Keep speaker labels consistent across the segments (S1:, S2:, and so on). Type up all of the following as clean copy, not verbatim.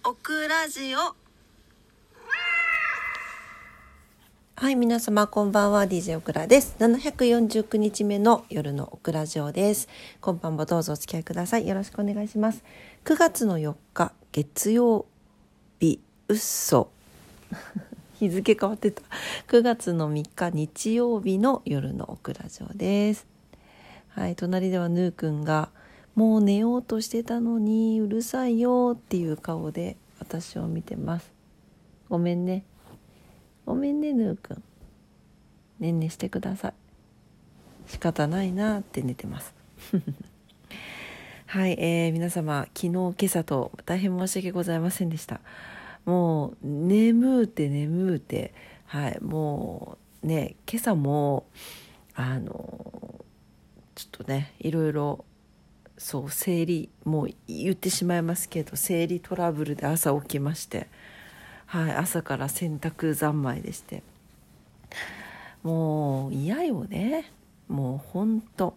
S1: オクラジオ。
S2: はい、皆様こんばんは。 DJ オクラです。749日目の夜のオクラジオです。今晩もどうぞお付き合いください。よろしくお願いします。9月の4日月曜日、うっそ日付変わってた。9月の3日日曜日の夜のオクラジオです。はい、隣ではヌーくんがもう寝ようとしてたのにうるさいよっていう顔で私を見てます。ごめんねヌーくん、ねんねしてください。仕方ないなって寝てますはい、皆様昨日今朝と大変申し訳ございませんでした。もう眠うて、はい、もうね、今朝もちょっとね、いろいろそう生理、もう言ってしまいますけど、生理トラブルで朝起きまして、はい、朝から洗濯三昧でして、もう嫌よね。もうほんと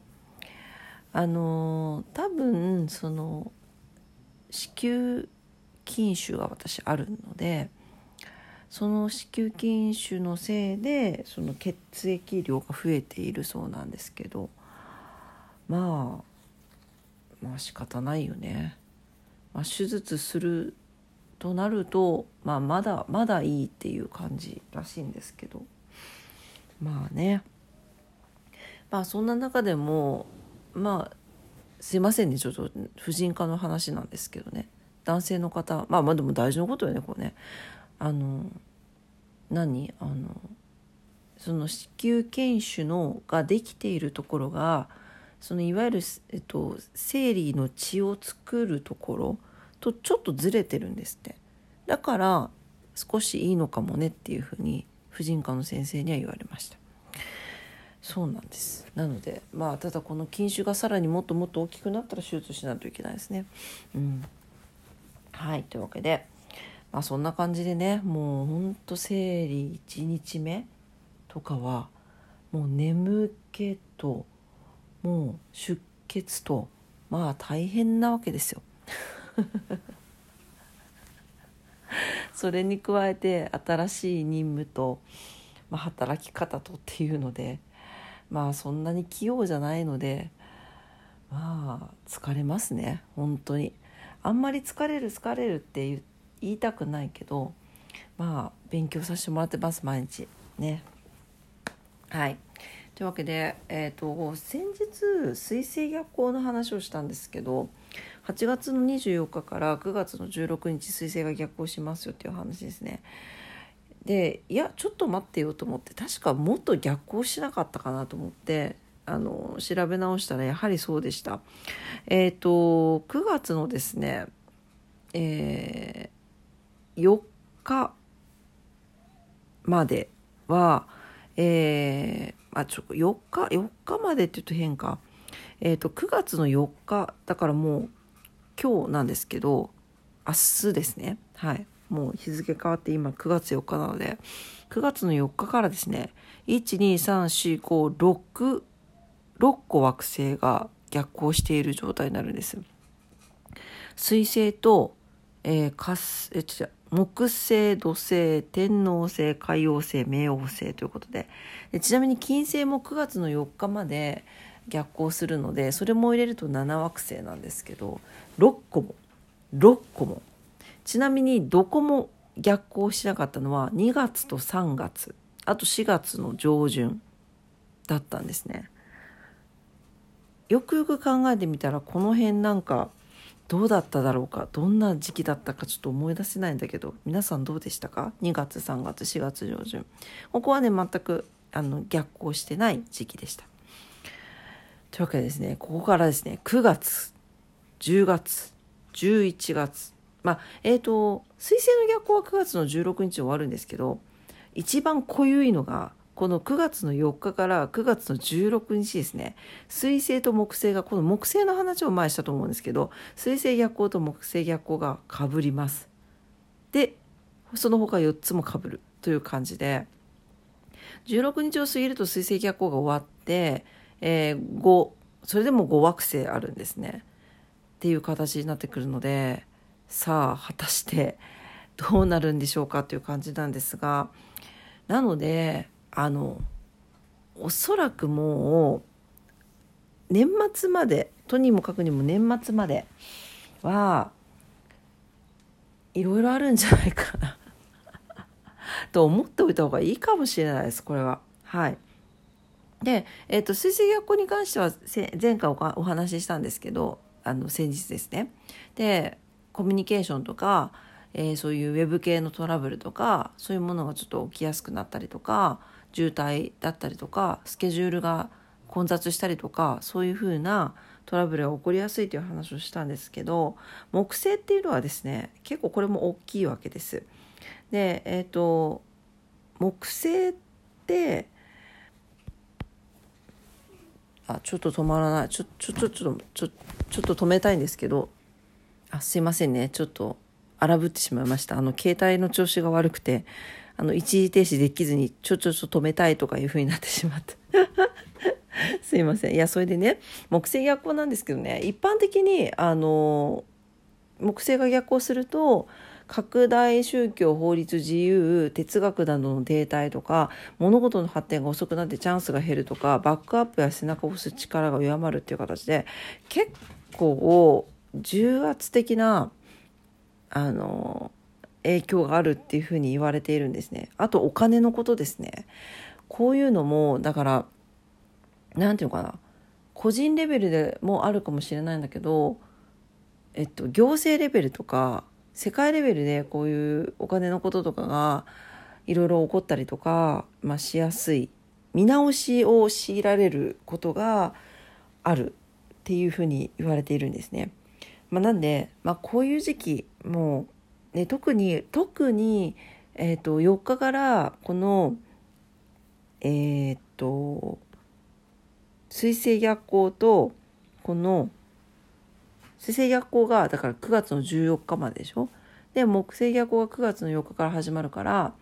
S2: 多分その子宮筋腫が私あるので、その子宮筋腫のせいでその血液量が増えているそうなんですけど、まあ仕方ないよね。手術するとなると、まだいいっていう感じらしいんですけど、まあね、そんな中でもすいませんね、ちょっと婦人科の話なんですけどね、男性の方、でも大事なことよね、これね。その子宮筋腫のができているところが、そのいわゆる、生理の血を作るところとちょっとずれてるんですって。だから少しいいのかもねっていうふうに婦人科の先生には言われました。そうなんです。なのでただこの筋腫がさらにもっともっと大きくなったら手術しないといけないですね。はい、というわけでそんな感じでね、もうほんと生理1日目とかはもう眠気ともう出血と大変なわけですよそれに加えて新しい任務と、働き方とっていうので、そんなに器用じゃないので疲れますね。本当にあんまり疲れるって言いたくないけど、勉強させてもらってます、毎日ね。はい、というわけで、先日水星逆行の話をしたんですけど、8月の24日から9月の16日水星が逆行しますよっていう話ですね。で、いやちょっと待ってよと思って、確かもっと逆行しなかったかなと思って調べ直したらやはりそうでした。9月のですね、4日までは、4日までって言うと変か、9月の4日だからもう今日なんですけど、明日ですね。はい、もう日付変わって今9月4日なので、9月の4日からですね、1234566個惑星が逆行している状態になるんです。水星と、木星、土星、天王星、海王星、冥王星ということで、ちなみに金星も9月の4日まで逆行するので、それも入れると7惑星なんですけど、6個もちなみにどこも逆行しなかったのは2月と3月、あと4月の上旬だったんですね。よくよく考えてみたら、この辺なんかどうだっただろうか、どんな時期だったかちょっと思い出せないんだけど、皆さんどうでしたか？ 2 月3月4月上旬、ここはね全く逆行してない時期でした。というわけでですね、ここからですね、9月10月11月、水星の逆行は9月の16日終わるんですけど、一番濃ゆいのがこの9月の4日から9月の16日ですね。水星と木星が、この木星の話を前したと思うんですけど、水星逆行と木星逆行が被ります。で、その他4つも被るという感じで、16日を過ぎると水星逆行が終わって、それでも5惑星あるんですねっていう形になってくるので、 さあ果たしてどうなるんでしょうかという感じなんですが、なのでおそらくもう年末まで、とにもかくにも年末まではいろいろあるんじゃないかなと思っておいた方がいいかもしれないです、これは。はい。で、水星逆行に関しては前回お話ししたんですけど、先日ですね。で、コミュニケーションとか、そういうウェブ系のトラブルとか、そういうものがちょっと起きやすくなったりとか、渋滞だったりとか、スケジュールが混雑したりとか、そういうふうなトラブルが起こりやすいという話をしたんですけど、木星っていうのはですね、結構これも大きいわけです。で、木星ってちょっと止まらない。ちょっと止めたいんですけど、すいませんね。ちょっと荒ぶってしまいました。携帯の調子が悪くて、一時停止できずに、ちょっと止めたいとかいう風になってしまった。すいません。いや、それでね、木星逆行なんですけどね、一般的に、木星が逆行すると、拡大、宗教、法律、自由、哲学などの停滞とか、物事の発展が遅くなってチャンスが減るとか、バックアップや背中を押す力が弱まるっていう形で、結構重圧的な影響があるっていうふうに言われているんですね。あとお金のことですね。こういうのもだからなんていうのかな、個人レベルでもあるかもしれないんだけど、行政レベルとか世界レベルでこういうお金のこととかがいろいろ起こったりとか、しやすい、見直しを強いられることがあるっていうふうに言われているんですね。なんで、こういう時期もう、ね、特に、4日からこの水星逆行とこの水星逆行がだから9月の14日まででしょ。で木星逆行が9月の4日から始まるから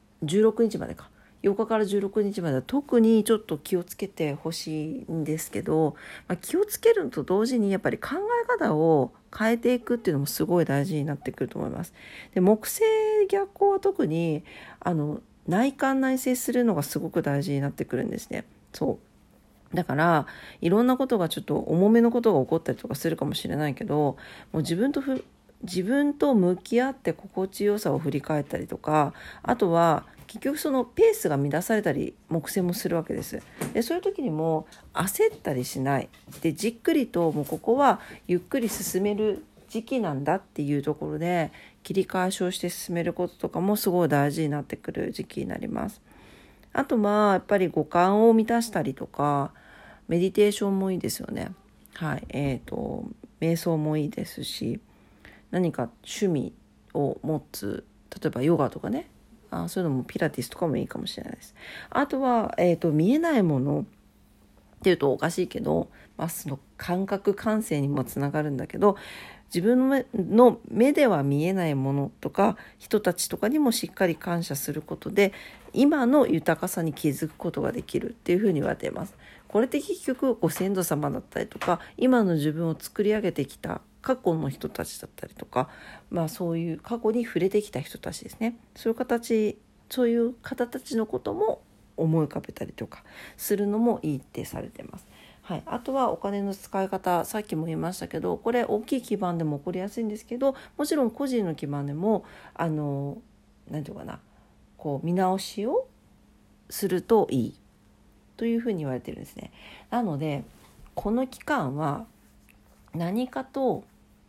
S2: 16日までか、8日から16日までは特にちょっと気をつけてほしいんですけど、気をつけるのと同時にやっぱり考え方を変えていくっていうのもすごい大事になってくると思います。で木星逆行は特に内観内省するのがすごく大事になってくるんですね。だからいろんなことがちょっと重めのことが起こったりとかするかもしれないけど、もう自分と向き合って心地よさを振り返ったりとか、あとは結局そのペースが乱されたり木星もするわけです。でそういう時にも焦ったりしないで、じっくりともうここはゆっくり進める時期なんだっていうところで切り返しをして進めることとかもすごい大事になってくる時期になります。あとやっぱり五感を満たしたりとか、メディテーションもいいですよね。はい。瞑想もいいですし、何か趣味を持つ、例えばヨガとかね、そういうのもピラティスとかもいいかもしれないです。あとは、見えないものっていうとおかしいけど、その感性にもつながるんだけど、自分の目では見えないものとか人たちとかにもしっかり感謝することで今の豊かさに気づくことができるっていうふうに言われています。これって結局ご先祖様だったりとか今の自分を作り上げてきた過去の人たちだったりとか、そういう過去に触れてきた人たちですね。そういう方たちのことも思い浮かべたりとかするのもいいってされてます。はい、あとはお金の使い方、さっきも言いましたけど、これ大きい基盤でも起こりやすいんですけど、もちろん個人の基盤でもなんていうかな、見直しをするといいというふうに言われてるんですね。なのでこの期間は何かと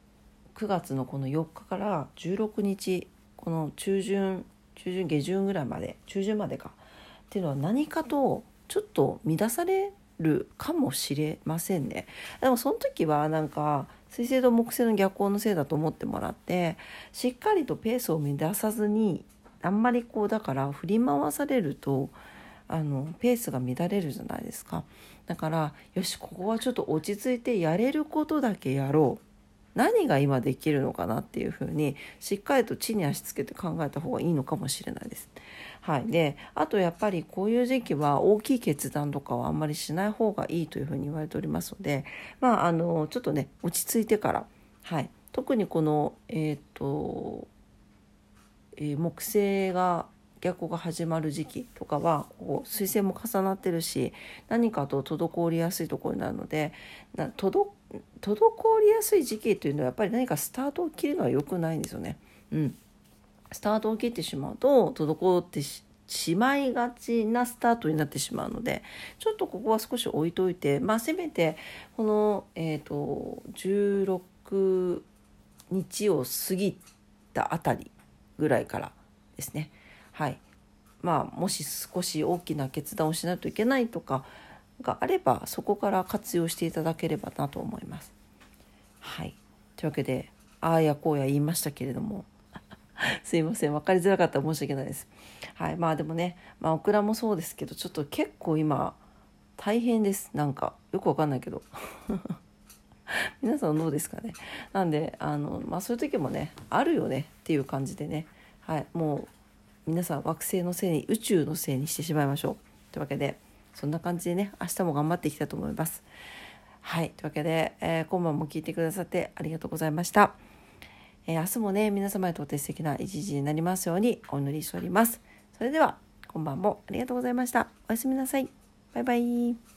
S2: 9月のこの4日から16日、この中旬下旬ぐらいまで、中旬までかっていうのは何かとちょっと乱されるかもしれませんね。でもその時は水星と木星の逆行のせいだと思ってもらって、しっかりとペースを乱さずに、あんまりだから振り回されるとペースが乱れるじゃないですか。だからよし、ここはちょっと落ち着いてやれることだけやろう、何が今できるのかなっていうふうにしっかりと地に足つけて考えた方がいいのかもしれないです。はい。で、あとやっぱりこういう時期は大きい決断とかはあんまりしない方がいいというふうに言われておりますので、ちょっとね落ち着いてから、はい、 特にこの、木星が逆行が始まる時期とかはこう水星も重なってるし、何かと滞りやすいところになるので、滞りやすい時期というのはやっぱり何かスタートを切るのは良くないんですよね。スタートを切ってしまうと滞ってしまいがちなスタートになってしまうので、ちょっとここは少し置いといて、せめてこの、16日を過ぎたあたりぐらいからですね。はい。もし少し大きな決断をしないといけないとかがあれば、そこから活用していただければなと思います。はい。というわけで、ああやこうや言いましたけれどもすいません、分かりづらかったら申し訳ないです。はい。でもね、オクラもそうですけど、ちょっと結構今大変です。なんかよくわかんないけど皆さんどうですかね。なんでそういう時もねあるよねっていう感じでね、はい、もう皆さん惑星のせいに宇宙のせいにしてしまいましょうというわけで、そんな感じでね明日も頑張っていきたいと思います。はい、というわけで、今晩も聞いてくださってありがとうございました。明日もね皆様にとって素敵な一日になりますようにお祈りしております。それでは今晩もありがとうございました。おやすみなさい。バイバイ。